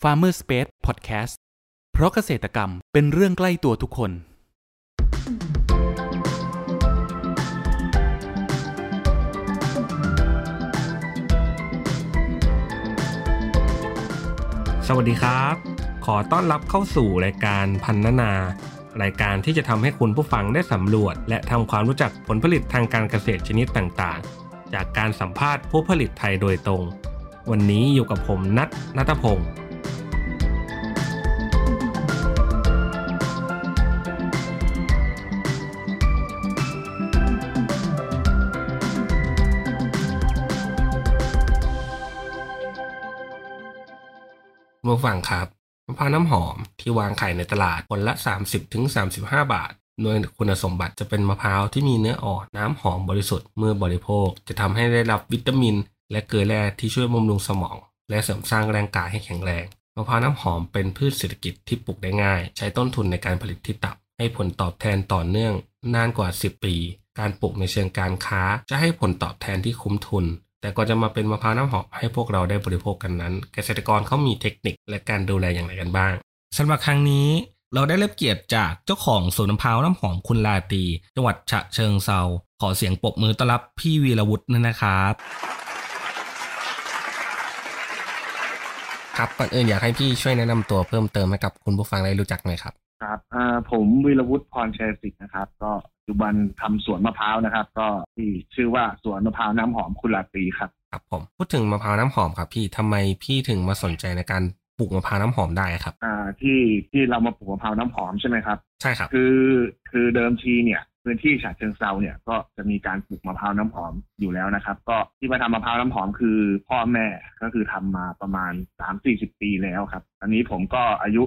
Farmer Space Podcast เพราะเกษตรกรรมเป็นเรื่องใกล้ตัวทุกคนสวัสดีครับขอต้อนรับเข้าสู่รายการพันนานารายการที่จะทำให้คุณผู้ฟังได้สำรวจและทำความรู้จักผลผลิตทางการเกษตรชนิดต่างๆจากการสัมภาษณ์ผู้ผลิตไทยโดยตรงวันนี้อยู่กับผมณัฐพงศ์ผู้ฟังครับมะพร้าวน้ำหอมที่วางขายในตลาดผลละ 30-35 บาทโดยคุณสมบัติจะเป็นมะพร้าวที่มีเนื้ออ่อนน้ำหอมบริสุทธิ์เมื่อบริโภคจะทำให้ได้รับวิตามินและเกลือแร่ที่ช่วยบำรุงสมองและเสริมสร้างร่างกายให้แข็งแรงมะพร้าวน้ำหอมเป็นพืชเศรษฐกิจที่ปลูกได้ง่ายใช้ต้นทุนในการผลิตที่ต่ำให้ผลตอบแทนต่อเนื่องนานกว่า10ปีการปลูกในเชิงการค้าจะให้ผลตอบแทนที่คุ้มทุนแต่ก่อนจะมาเป็นมะพร้าวน้ำหอมให้พวกเราได้บริโภคกันนั้นเกษตรกรเขามีเทคนิคและการดูแลอย่างไรกันบ้างสำหรับครั้งนี้เราได้รับเกียรติจากเจ้าของสวนมะพร้าวน้ำหอมคุณลาตรีจังหวัดฉะเชิงเทราขอเสียงปรบมือต้อนรับพี่วีรวุฒินะครับครับก่อนอื่นอยากให้พี่ช่วยแนะนำตัวเพิ่มเติมให้กับคุณผู้ฟังได้รู้จักหน่อยครับครับผมวีรวุฒิพรชัยสิทธิ์นะครับก็ปัจจุบันทำสวนมะพร้าวนะครับก็ที่ชื่อว่าสวนมะพร้าวน้ำหอมคุณลาตรีครับครับผมพูดถึงมะพร้าวน้ำหอมครับพี่ทำไมพี่ถึงมาสนใจในการปลูกมะพร้าวน้ำหอมได้ครับที่เรามาปลูกมะพร้าวน้ำหอมใช่ไหมครับใช่ครับคือเดิมทีเนี่ยพื้นที่ฉะเชิงเทราเนี่ยก็จะมีการปลูกมะพร้าวน้ำหอมอยู่แล้วนะครับก็ที่มาทำมะพร้าวน้ำหอมคือพ่อแม่ก็คือทำมาประมาณ 3-40 ปีแล้วครับอันนี้ผมก็อายุ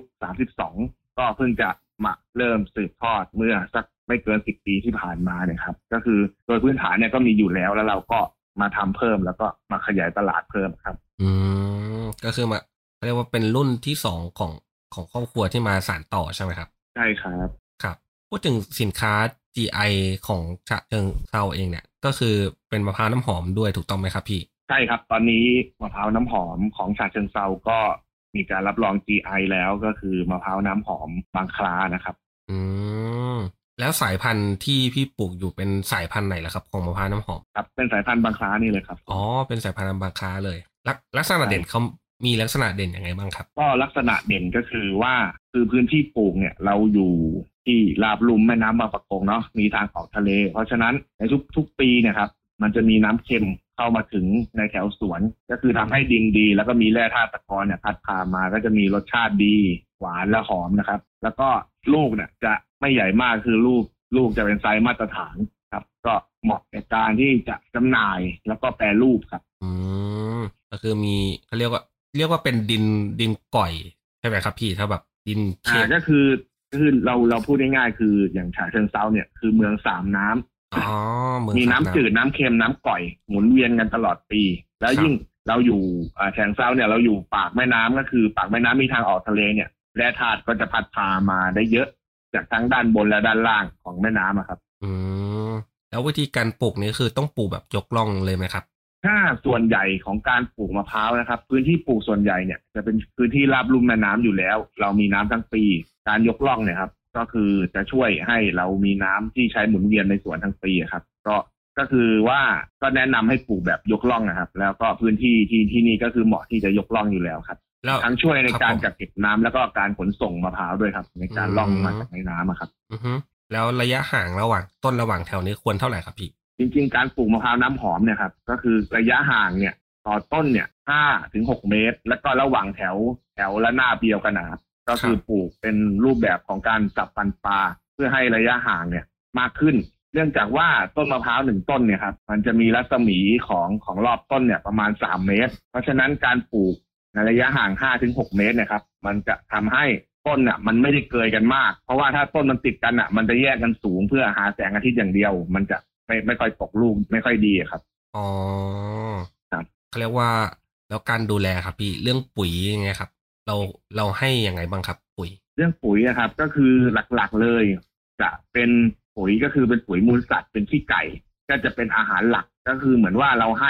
32ก็เพิ่งจะมาเริ่มสืบทอดเมื่อสักไม่เกิน10 ปีที่ผ่านมาเนี่ยครับก็คือโดยพื้นฐานเนี่ยก็มีอยู่แล้วเราก็มาทำเพิ่มแล้วก็มาขยายตลาดเพิ่มครับก็คือมาเรียกว่าเป็นรุ่นที่2ของครอบครัวที่มาสานต่อใช่ไหมครับใช่ครับครับพูดถึงสินค้า GI ของฉะเชิงเทราเองเนี่ยก็คือเป็นมะพร้าวน้ำหอมด้วยถูกต้องไหมครับพี่ใช่ครับตอนนี้มะพร้าวน้ำหอมของฉะเชิงเทราก็มีการรับรอง GI แล้วก็คือมะพร้าวน้ำหอมบางคล้านะครับแล้วสายพันธุ์ที่พี่ปลูกอยู่เป็นสายพันธุ์ไหนล่ะครับของมะพร้าวน้ำหอมครับเป็นสายพันธุ์บางคล้านี่เลยครับอ๋อเป็นสายพันธุ์บางคล้าเลยลักษณะเด่นเขามีลักษณะเด่นยังไงบ้างครับก็ลักษณะเด่นก็คือว่าคือพื้นที่ปลูกเนี่ยเราอยู่ที่ราบลุ่มแม่น้ำบางปะกงเนาะมีทางออกทะเลเพราะฉะนั้นในทุกปีเนี่ยครับมันจะมีน้ำเค็มเข้ามาถึงในแถวสวนก็คือทำให้ดินดีแล้วก็มีแร่ธาตุตะกอนเนี่ยพัดพามาก็จะมีรสชาติดีหวานและหอมนะครับแล้วก็ลูกเนี่ยจะไม่ใหญ่มากคือลูกจะเป็นไซส์มาตรฐานครับก็เหมาะในการที่จะจำหน่ายแล้วก็แปรรูปครับก็คือมีเขาเรียกว่าเป็นดินก่อยใช่ไหมครับพี่ถ้าแบบดินเค็มก็คือเราพูดง่ายๆคืออย่างฉะเชิงเทราเนี่ยคือเมือง3น้ำมีน้ำจืดน้ำเค็มน้ำก่อยหมุนเวียนกันตลอดปีแล้วยิ่งเราอยู่ฉะเชิงเทราเนี่ยเราอยู่ปากแม่น้ำก็คือปากแม่น้ำมีทางออกทะเลเนี่ยแร่ธาตุก็จะพัดพามาได้เยอะจากทั้งด้านบนและด้านล่างของแม่น้ำครับแล้ววิธีการปลูกนี้คือต้องปลูกแบบยกล่องเลยไหมครับถ้าส่วนใหญ่ของการปลูกมะพร้าวนะครับพื้นที่ปลูกส่วนใหญ่เนี่ยจะเป็นพื้นที่ราบลุ่มแม่น้ำอยู่แล้วเรามีน้ำทั้งปีการยกล่องเนี่ยครับก็คือจะช่วยให้เรามีน้ำที่ใช้หมุนเวียนในสวนทั้งปีครับก็คือว่าก็แนะนำให้ปลูกแบบยกล่องนะครับแล้วก็พื้นที่ที่นี่ก็คือเหมาะที่จะยกล่องอยู่แล้วครับทั้งช่วยในการกักเก็บน้ำแล้วก็การขนส่งมะพร้าวด้วยครับในการล่องมาจากในน้ำครับแล้วระยะห่างระหว่างต้นระหว่างแถวนี้ควรเท่าไหร่ครับพี่จริงๆการปลูกมะพร้าวน้ำหอมเนี่ยครับก็คือระยะห่างเนี่ยต่อต้นเนี่ย5-6 เมตรแล้วก็ระหว่างแถวละหน้าเดียวกันนะครับก็คือปลูกเป็นรูปแบบของการสับฟันปลาเพื่อให้ระยะห่างเนี่ยมากขึ้นเนื่องจากว่าต้นมะพร้าว1ต้นเนี่ยครับมันจะมีรัศมีของรอบต้นเนี่ยประมาณ3 เมตรเพราะฉะนั้นการปลูกในระยะห่าง5-6 เมตรเนี่ยครับมันจะทำให้ต้นน่ะมันไม่ได้เกยกันมากเพราะว่าถ้าต้นมันติดกันอ่ะมันจะแยกกันสูงเพื่อหาแสงอาทิตย์อย่างเดียวมันจะไม่ค่อยตกลูกไม่ค่อยดีครับครับเขาเรียกว่าแล้วการดูแลครับพี่เรื่องปุ๋ยยังไงครับเราให้ยังไงบ้างครับปุ๋ยเรื่องปุ๋ยนะครับก็คือหลักๆเลยจะเป็นปุ๋ยก็คือเป็นปุ๋ยมูลสัตว์เป็นขี้ไก่ก็จะเป็นอาหารหลักก็คือเหมือนว่าเราให้เนี่ย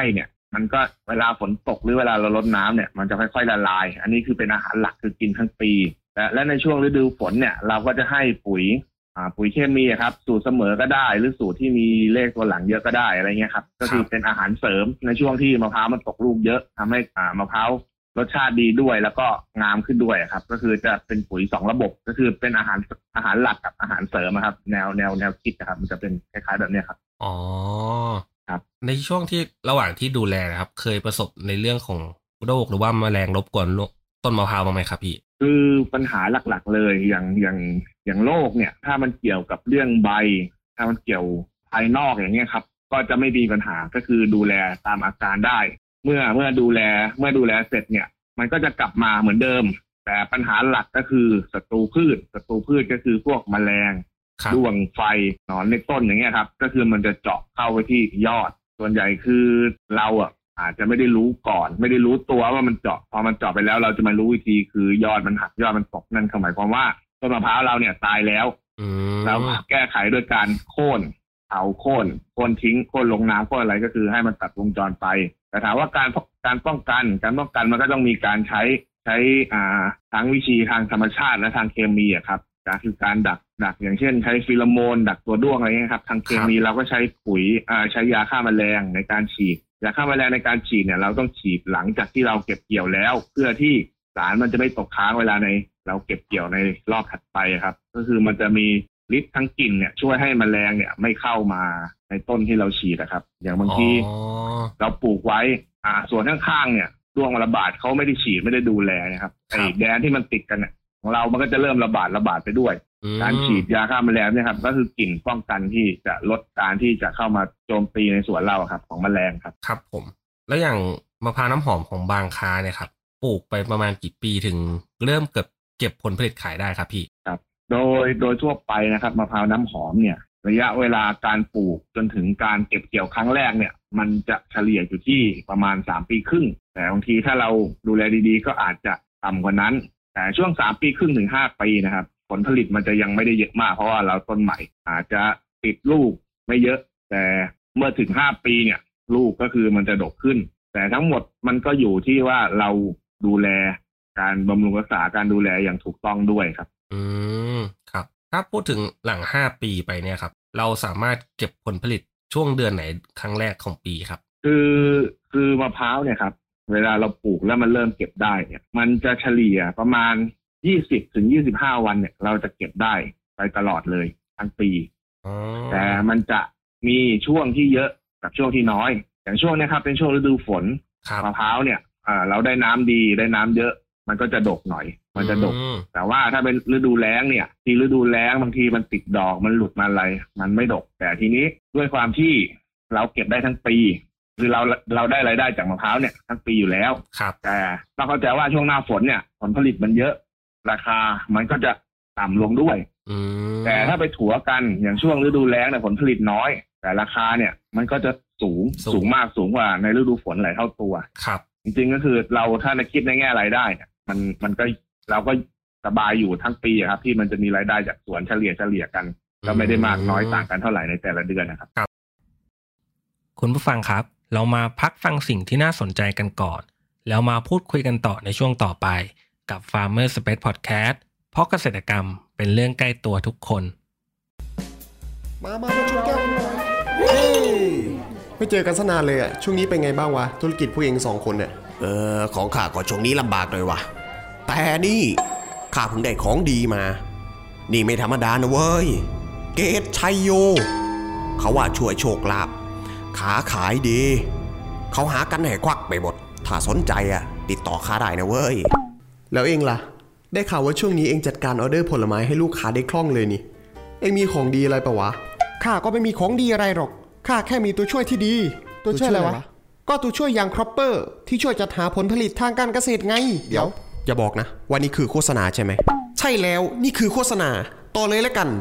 มันก็เวลาฝนตกหรือเวลาเรารดน้ำเนี่ยมันจะค่อยๆละลายอันนี้คือเป็นอาหารหลักคือกินทั้งปีและในช่วงฤดูฝนเนี่ยเราก็จะให้ปุ๋ยเคมีครับสูตรเสมอก็ได้หรือสูตรที่มีเลขตัวหลังเยอะก็ได้อะไรเงี้ยครับก็คือเป็นอาหารเสริมในช่วงที่มะพร้าวมันตกลูกเยอะทำให้มะพร้าวรสชาติดีด้วยแล้วก็งามขึ้นด้วยครับก็คือจะเป็นปุ๋ย2ระบบก็คือเป็นอาหารหลักกับอาหารเสริมครับแนวคิดนะครับมันจะเป็นคล้ายๆแบบนี้ครับอ๋อครับในช่วงที่ระหว่างที่ดูแลนะครับเคยประสบในเรื่องของโรคหรือว่าแมลงรบกวนต้นมะพร้าวบ้างไหมครับพี่คือปัญหาหลักๆเลยอย่างโรคเนี่ยถ้ามันเกี่ยวกับเรื่องใบถ้ามันเกี่ยวภายนอกอย่างเงี้ยครับก็จะไม่มีปัญหาก็คือดูแลตามอาการได้เมื่อดูแลเสร็จเนี่ยมันก็จะกลับมาเหมือนเดิมแต่ปัญหาหลักก็คือศัตรูพืชก็คือพวกแมลงด้วงไฟหนอนในต้นอย่างเงี้ยครับก็คือมันจะเจาะเข้าไปที่ยอดส่วนใหญ่คือเราอาจจะไม่ได้รู้ก่อนไม่ได้รู้ตัวว่ามันเจาะพอมันเจาะไปแล้วเราจะมารู้วิธีคือยอดมันหักยอดมันตกนั่นหมายความว่าต้นมะพร้าวเราเนี่ยตายแล้วเราแก้ไขโดยการโค่นเอาโค่นทิ้งโค่นลงน้ำโค่นอะไรก็คือให้มันตัดวงจรไปแต่ถามว่าการป้องกันมันก็ต้องมีการใช้ทั้งวิธีทางธรรมชาติและทางเคมีครับคือการดักอย่างเช่นใช้ฟีโรโมนดักตัวด้วงอะไรเงี้ยครับทางเคมีเราก็ใช้ปุ๋ยใช้ยาฆ่าแมลงในการฉีดยาฆ่าแมลงในการฉีดเนี่ยเราต้องฉีดหลังจากที่เราเก็บเกี่ยวแล้วเพื่อที่สารมันจะไม่ตกค้างเวลาในเราเก็บเกี่ยวในรอบถัดไปครับก็คือมันจะมีฤทธิ์ทั้งกลิ่นเนี่ยช่วยให้แมลงเนี่ยไม่เข้ามาในต้นที่เราฉีดครับอย่างบางทีเราปลูกไว้ส่วนข้างๆเนี่ยด้วงระบาดเขาไม่ได้ฉีดไม่ได้ดูแลนะครับไอ้แดนที่มันติดกันเนี่ยของเรามันก็จะเริ่มระบาดไปด้วยการฉีดยาฆ่าแมลงเนี่ยครับก็คือกลิ่นป้องกันที่จะลดการที่จะเข้ามาโจมตีในสวนเราครับของแมลงครับครับผมแล้วอย่างมะพร้าวน้ำหอมของบางค้าเนี่ยครับปลูกไปประมาณกี่ปีถึงเริ่มเก็บผลผลิตขายได้ครับพี่ครับโดยทั่วไปนะครับมะพร้าวน้ำหอมเนี่ยระยะเวลาการปลูกจนถึงการเก็บเกี่ยวครั้งแรกเนี่ยมันจะเฉลี่ยอยู่ที่ประมาณ3 ปีครึ่งแต่บางทีถ้าเราดูแลดีๆก็อาจจะต่ำกว่านั้นแต่ช่วง3 ปีครึ่งถึง5 ปีนะครับผลผลิตมันจะยังไม่ได้เยอะมากเพราะว่าเราต้นใหม่อาจจะติดลูกไม่เยอะแต่เมื่อถึง5 ปีเนี่ยลูกก็คือมันจะดกขึ้นแต่ทั้งหมดมันก็อยู่ที่ว่าเราดูแลการบำรุงรักษาการดูแลอย่างถูกต้องด้วยครับครับถ้าพูดถึงหลัง5 ปีไปเนี่ยครับเราสามารถเก็บผลผลิตช่วงเดือนไหนครั้งแรกของปีครับคือมะพร้าวเนี่ยครับเวลาเราปลูกแล้วมันเริ่มเก็บได้เนี่ยมันจะเฉลี่ยประมาณ20 ถึง 25 วันเนี่ยเราจะเก็บได้ไปตลอดเลยทั้งปีแต่มันจะมีช่วงที่เยอะกับช่วงที่น้อยอย่างช่วงนี้ครับเป็นช่วงฤดูฝนมะพร้าวเนี่ยเราได้น้ำดีได้น้ำเยอะมันก็จะดกหน่อยมันจะดกแต่ว่าถ้าเป็นฤดูแล้งเนี่ยที่ฤดูแล้งบางทีมันติดดอกมันหลุดมาอะไรมันไม่ดกแต่ทีนี้ด้วยความที่เราเก็บได้ทั้งปีคือเราได้รายได้จากมะพร้าวเนี่ยทั้งปีอยู่แล้วแต่เราเข้าใจว่าช่วงหน้าฝนเนี่ยผลผลิตมันเยอะราคามันก็จะต่ำลงด้วยแต่ถ้าไปถัวกันอย่างช่วงฤดูแล้งเนี่ยผลผลิตน้อยแต่ราคาเนี่ยมันก็จะสูงมากสูงกว่าในฤดูฝนหลายเท่าตัวครับจริงๆก็คือเราถ้าในคิดในแง่รายได้เนี่ยมันก็เราก็สบายอยู่ทั้งปีครับที่มันจะมีรายได้จากสวนเฉลี่ยกันก็ไม่ได้มากน้อยต่างกันเท่าไหร่ในแต่ละเดือนนะครับคุณผู้ฟังครับเรามาพักฟังสิ่งที่น่าสนใจกันก่อนแล้วมาพูดคุยกันต่อในช่วงต่อไปกับ Farmer Space Podcast เพราะเกษตรกรรมเป็นเรื่องใกล้ตัวทุกคนมาชนแก้วหน่อยไม่เจอกันซะนานเลยอ่ะช่วงนี้เป็นไงบ้างวะธุรกิจพวกเอง2 คนเนี่ยของข้าก็ช่วงนี้ลำบากเลยวะแต่นี่ข้าเพิ่งได้ของดีมานี่ไม่ธรรมดานะเว้ยเกตชัยโยเขาว่าช่วยโชคลาภขาขายดีเขาหากันให้ควักไปหมดถ้าสนใจอ่ะติดต่อข้าได้นะเว้ยแล้วเองล่ะได้ข่าวว่าช่วงนี้เองจัดการออเดอร์ผลไม้ให้ลูกค้าได้คล่องเลยนี่เองมีของดีอะไรปะวะข้าก็ไม่มีของดีอะไรหรอกข้าแค่มีตัวช่วยที่ดีตัวช่วยอะไรวะก็ตัวช่วยอย่างครอปเปอร์ที่ช่วยจัดหาผลผลิตทางการเกษตรไงเดี๋ยวอย่าบอกนะว่านี่คือโฆษณาใช่ไหมใช่แล้วนี่คือโฆษณาต่อเลยแล้วกัน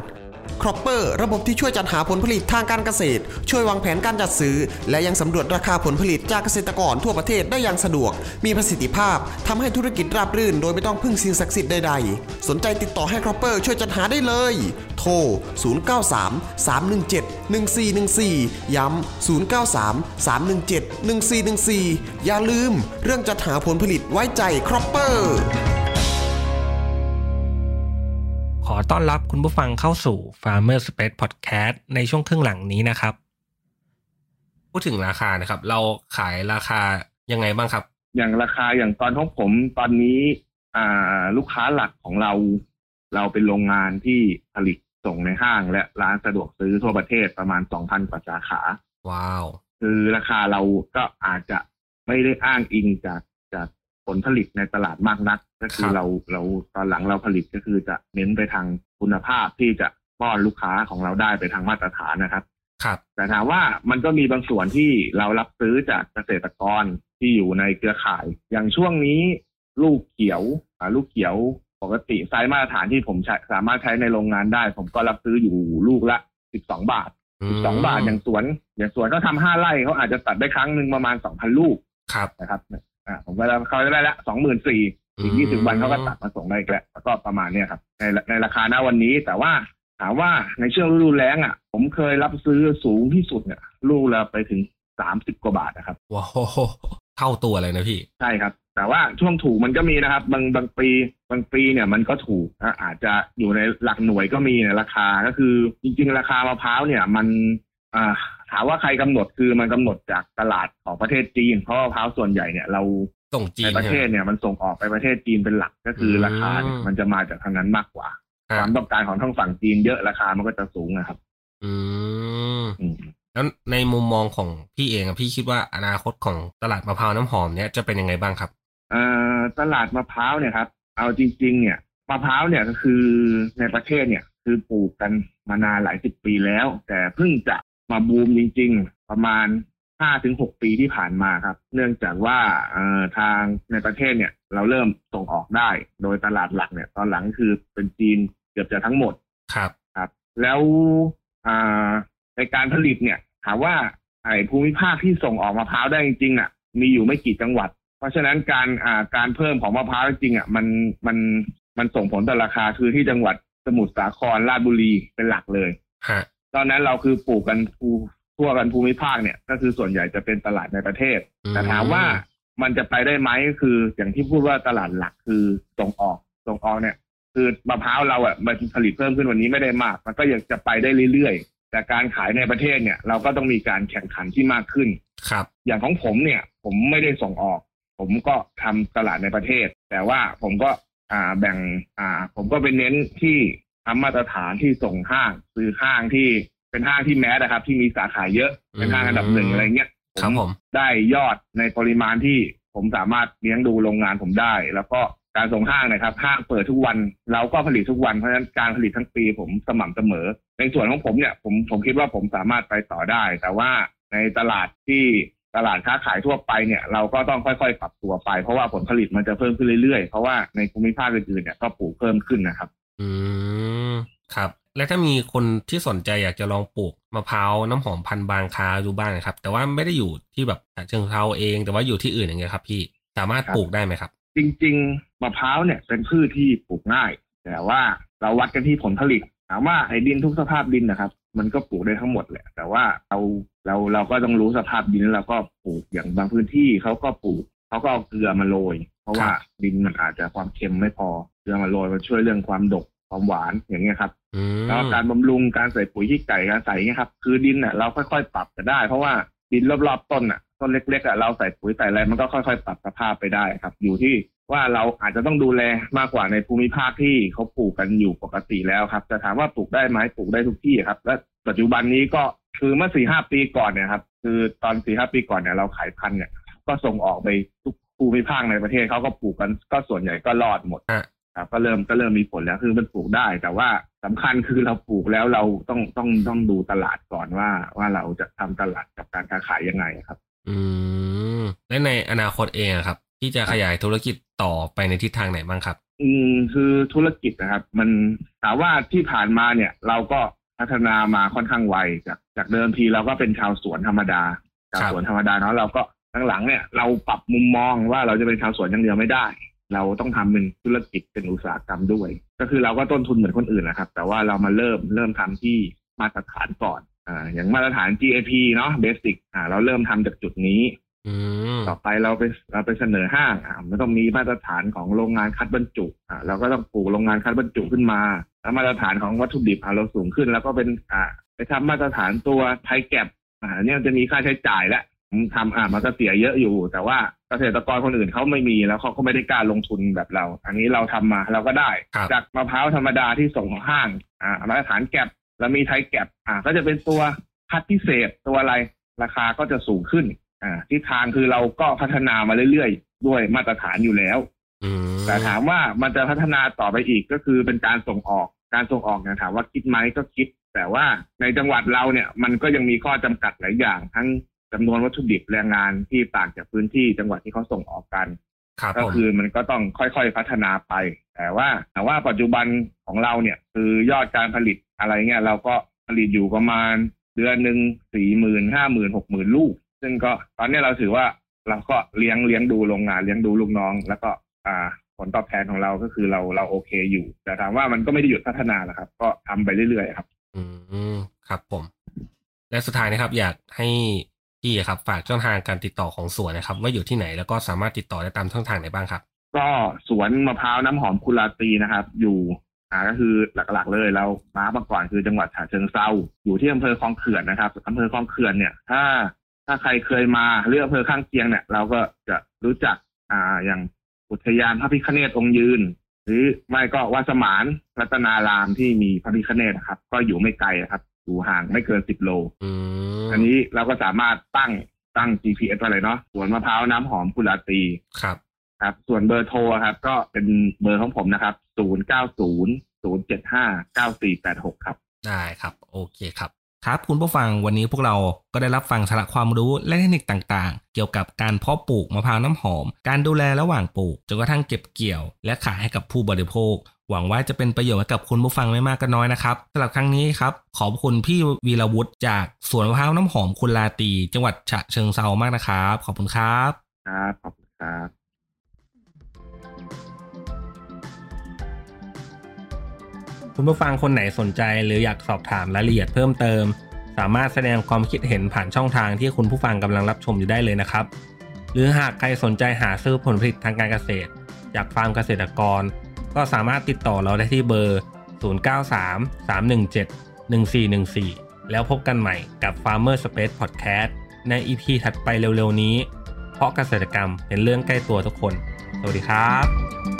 Cropper ระบบที่ช่วยจัดหาผลผลิตทางการเกษตรช่วยวางแผนการจัดซื้อและยังสำรวจราคาผลผลิตจากเกษตรกรทั่วประเทศได้อย่างสะดวกมีประสิทธิภาพทำให้ธุรกิจราบรื่นโดยไม่ต้องพึ่งสิ่งศักดิ์สิทธิ์ใดๆสนใจติดต่อให้ Cropper ช่วยจัดหาได้เลยโทร0933171414ย้ำ0933171414อย่าลืมเรื่องจัดหาผลผลิตไว้ใจ Cropper ขอต้อนรับคุณผู้ฟังเข้าสู่ Farmer Space Podcast ในช่วงครึ่งหลังนี้นะครับพูดถึงราคานะครับเราขายราคายังไงบ้างครับอย่างราคาอย่างตอนของผมตอนนี้ลูกค้าหลักของเราเป็นโรงงานที่ผลิตส่งในห้างและร้านสะดวกซื้อทั่วประเทศประมาณ 2,000 กว่าสาขาว้าวคือราคาเราก็อาจจะไม่ได้อ้างอิงจากผลผลิตในตลาดมากนักก็คือเราตอนหลังเราผลิตก็คือจะเน้นไปทางคุณภาพที่จะป้อนลูกค้าของเราได้ไปทางมาตรฐานนะครับครับแต่ถามว่ามันก็มีบางส่วนที่เรารับซื้อจากเกษตรกรที่อยู่ในเครือข่ายอย่างช่วงนี้ลูกเขียวปกติไซส์มาตรฐานที่ผมสามารถใช้ในโรงงานได้ผมก็รับซื้ออยู่ลูกละ12 บาท12 บาทอย่างสวนเขาทำ5 ไร่เขาอาจจะตัดได้ครั้งนึงประมาณ 2,000 ลูกนะครับผมก็เขาได้ละ 24,000 อีก20 วันเขาก็ตัดมาส่งได้อีกแล้วก็ประมาณนี้ครับในราคาณวันนี้แต่ว่าถามว่าในช่วงฤดูแล้งผมเคยรับซื้อสูงที่สุดเนี่ยลูกละไปถึง30 กว่าบาทนะครับว้าวเท่าตัวเลยนะพี่ใช่ครับแต่ว่าช่วงถูกมันก็มีนะครับบางปีเนี่ยมันก็ถูกอาจจะอยู่ในหลักหน่วยก็มีในราคาก็คือจริงๆราคามะพร้าวเนี่ยมันถามว่าใครกำหนดคือมันกำหนดจากตลาดของประเทศจีนเพราะมะพร้าวส่วนใหญ่เนี่ยเราส่งจีนในประเทศเนี่ยมันส่งออกไปประเทศจีนเป็นหลักก็คือราคาเนี่ยมันจะมาจากทางนั้นมากกว่าความต้องการของทางฝั่งจีนเยอะราคามันก็จะสูงนะครับแล้วในมุมมองของพี่เองพี่คิดว่าอนาคตของตลาดมะพร้าวน้ำหอมเนี่ยจะเป็นยังไงบ้างครับตลาดมะพร้าวเนี่ยครับเอาจริงๆเนี่ยมะพร้าวเนี่ยก็คือในประเทศเนี่ยคือปลูกกันมานานหลาย10 ปีแล้วแต่เพิ่งจะมาบูมจริงๆประมาณ 5-6 ปีที่ผ่านมาครับเนื่องจากว่าทางในประเทศเนี่ยเราเริ่มส่งออกได้โดยตลาดหลักเนี่ยตอนหลังคือเป็นจีนเกือบจะทั้งหมดครับแล้วในการผลิตเนี่ยถามว่าภูมิภาคที่ส่งออกมะพร้าวได้จริงๆมีอยู่ไม่กี่จังหวัดเพราะฉะนั้นการเพิ่มของมะพร้าวจริงๆมันส่งผลต่อราคาคือที่จังหวัดสมุทรสาครราชบุรีเป็นหลักเลยตอนนั้นเราคือปลูกกันทั่วกันภูมิภาคเนี่ยก็คือส่วนใหญ่จะเป็นตลาดในประเทศแต่ถามว่ามันจะไปได้ไหมก็คืออย่างที่พูดว่าตลาดหลักคือส่งออกเนี่ยคือมะพร้าวเรามันผลิตเพิ่มขึ้นวันนี้ไม่ได้มากมันก็ยังจะไปได้เรื่อยๆแต่การขายในประเทศเนี่ยเราก็ต้องมีการแข่งขันที่มากขึ้นครับอย่างของผมเนี่ยผมไม่ได้ส่งออกผมก็ทำตลาดในประเทศแต่ว่าผมก็แบ่งผมก็ไปเน้นที่ทำมาตรฐานที่ส่งห้างซื้อห้างที่เป็นห้างที่แมสนะครับที่มีสาขาเยอะเป็นห้างอันดับ 1อะไรเงี้ยผมได้ยอดในปริมาณที่ผมสามารถเลี้ยงดูโรงงานผมได้แล้วก็การส่งห้างนะครับห้างเปิดทุกวันเราก็ผลิตทุกวันเพราะฉะนั้นการผลิตทั้งปีผมสม่ำเสมอในส่วนของผมเนี่ยผมคิดว่าผมสามารถไปต่อได้แต่ว่าในตลาดค้าขายทั่วไปเนี่ยเราก็ต้องค่อยๆปรับตัวไปเพราะว่าผลผลิตมันจะเพิ่มขึ้นเรื่อยๆเพราะว่าในภูมิภาคอื่นๆเนี่ยก็ปลูกเพิ่มขึ้นนะครับครับและถ้ามีคนที่สนใจอยากจะลองปลูกมะพร้าวน้ำหอมพันธุ์บางคาดูบ้างนะครับแต่ว่าไม่ได้อยู่ที่แบบเชิงเทราเองแต่ว่าอยู่ที่อื่นอย่างเงี้ยครับพี่สามารถปลูกได้ไหมครับจริงๆมะพร้าวเนี่ยเป็นพืชที่ปลูกง่ายแต่ว่าเราวัดกันที่ผลผลิตถามว่าไอ้ดินทุกสภาพดินนะครับมันก็ปลูกได้ทั้งหมดแหละแต่ว่าเราก็ต้องรู้สภาพดินแล้วเราก็ปลูกอย่างบางพื้นที่เขาก็ปลูกเขาก็เอาเกลือมาโรยเพราะว่าดินมันอาจจะความเค็มไม่พอเกลือมาโรยมันช่วยเรื่องความดกความหวานอย่างเงี้ยครับแล้วการบำรุงการใส่ปุ๋ยขี้ไก่การใส่เงี้ยครับคือดินเราค่อยๆปรับจะได้เพราะว่าดินรอบๆต้นต้นเล็กๆเราใส่ปุ๋ยใส่อะไรมันก็ค่อยๆปรับสภาพไปได้ครับอยู่ที่ว่าเราอาจจะต้องดูแลมากกว่าในภูมิภาคที่เขาปลูกกันอยู่ปกติแล้วครับจะถามว่าปลูกได้ไหมปลูกได้ทุกที่ครับและปัจจุบันนี้ก็คือเมื่อ 4-5 ปีก่อนเนี่ยครับคือตอน 4-5 ปีก่อนเนี่ยเราขายพันธุ์เนี่ยก็ส่งออกไปทุกภูมิภาคในประเทศเขาก็ปลูกกันก็ส่วนใหญ่ก็รอดหมดครับก็เริ่มมีผลแล้วคือมันปลูกได้แต่ว่าสำคัญคือเราปลูกแล้วเราต้องดูตลาดก่อนว่าเราจะทำตลาดกับการค้าขายยังไงครับและในอนาคตเองครับที่จะขยายธุรกิจต่อไปในทิศทางไหนบ้างครับคือธุรกิจนะครับมันถามว่าที่ผ่านมาเนี่ยเราก็พัฒนามาค่อนข้างไวจากเดิมทีเราก็เป็นชาวสวนธรรมดาเนาะเราก็หลังๆเนี่ยเราปรับมุมมองว่าเราจะเป็นชาวสวนอย่างเดียวไม่ได้เราต้องทำเป็นธุรกิจเป็นอุตสาหกรรมด้วยก็คือเราก็ต้นทุนเหมือนคนอื่นนะครับแต่ว่าเรามาเริ่มทำที่มาตรฐานก่อนอย่างมาตรฐาน GAP เนาะเบสิกเราเริ่มทำจากจุดนี้ต่อไปเราไปเสนอห้างมันต้องมีมาตรฐานของโรงงานคัดบรรจุเราก็ต้องปลูกโรงงานคัดบรรจุขึ้นมาแล้วมาตรฐานของวัตถุดิบเราสูงขึ้นแล้วก็เป็นไปทำมาตรฐานตัวไทยแก็บเนี่ยจะมีค่าใช้จ่ายแล้วทำมันก็เสียเยอะอยู่แต่ว่าเกษตรกรคนอื่นเขาไม่มีแล้วเขาก็ไม่ได้กล้าลงทุนแบบเราอันนี้เราทำมาเราก็ได้จากมะพร้าวธรรมดาที่ส่งห้างมาตรฐานแก็บแล้วมีไทยแก็บก็จะเป็นตัวคัดพิเศษตัวอะไรราคาก็จะสูงขึ้นทิศทางคือเราก็พัฒนามาเรื่อยๆด้วยมาตรฐานอยู่แล้วแต่ถามว่ามันจะพัฒนาต่อไปอีกก็คือเป็นการส่งออกเนี่ยถามว่าคิดไหมก็คิดแต่ว่าในจังหวัดเราเนี่ยมันก็ยังมีข้อจำกัดหลายอย่างทั้งจำนวนวัตถุดิบแรงงานที่ต่างจากพื้นที่จังหวัดที่เขาส่งออกกันก็คือมันก็ต้องค่อยๆพัฒนาไปแต่ว่าปัจจุบันของเราเนี่ยคือยอดการผลิตอะไรเงี้ยเราก็ผลิตอยู่ประมาณเดือนหนึ่ง 40,000 50,000 60,000 ลูกซึ่งก็ตอนนี้เราถือว่าเราก็เลี้ยงดูโรงงานเลี้ยงดูลูกน้องแล้วก็ผลตอบแทนของเราก็คือเราโอเคอยู่แต่ถามว่ามันก็ไม่ได้หยุดพัฒนาหรอกครับก็ทำไปเรื่อยๆครับครับผมและสุดท้ายนะครับอยากให้พี่ครับฝากช่องทางการติดต่อของสวนนะครับว่าอยู่ที่ไหนแล้วก็สามารถติดต่อได้ตามช่องทางไหนบ้างครับก็สวนมะพร้าวน้ำหอมคุณราตรีนะครับอยู่ก็คือหลักๆเลยเรามาก่อนคือจังหวัดฉะเชิงเทราอยู่ที่อำเภอคลองเขื่อนนะครับอำเภอคลองเขื่อนเนี่ยถ้าใครเคยมาหรืออำเภอข้างเคียงเนี่ยเราก็จะรู้จักอย่างอุทยานพระพิฆเนศองค์ยืนหรือไม่ก็วัดสมานรัตนารามที่มีพระพิฆเนศครับก็อยู่ไม่ไกลครับอยู่ห่างไม่เกิน10 โลอันนี้เราก็สามารถตั้ง GPS อะไรเนาะสวนมะพร้าวน้ำหอมคุณราตรีครับส่วนเบอร์โทรครับก็เป็นเบอร์ของผมนะครับ0900759486ครับได้ครับโอเคครับครับคุณผู้ฟังวันนี้พวกเราก็ได้รับฟังสาระความรู้และเทคนิคต่างๆเกี่ยวกับการเพาะปลูกมะพร้าวน้ำหอมการดูแลระหว่างปลูกจนกระทั่งเก็บเกี่ยวและขายให้กับผู้บริโภคหวังว่าจะเป็นประโยชน์กับคุณผู้ฟังไม่มากก็น้อยนะครับสำหรับครั้งนี้ครับขอบคุณพี่วีรวุฒิจากสวนมะพร้าวน้ำหอมคุณราตรีจังหวัดฉะเชิงเทรามากนะครับขอบคุณครับขอบคุณครับคุณผู้ฟังคนไหนสนใจหรืออยากสอบถามรายละเอียดเพิ่มเติมสามารถแสดงความคิดเห็นผ่านช่องทางที่คุณผู้ฟังกำลังรับชมอยู่ได้เลยนะครับหรือหากใครสนใจหาซื้อผลผลิตทางการเกษตรจากฟาร์มเกษตรกรก็สามารถติดต่อเราได้ที่เบอร์ 0933171414 แล้วพบกันใหม่กับ Farmer Space Podcast ใน EP ถัดไปเร็วๆนี้เพราะเกษตรกรรมเป็นเรื่องใกล้ตัวทุกคนสวัสดีครับ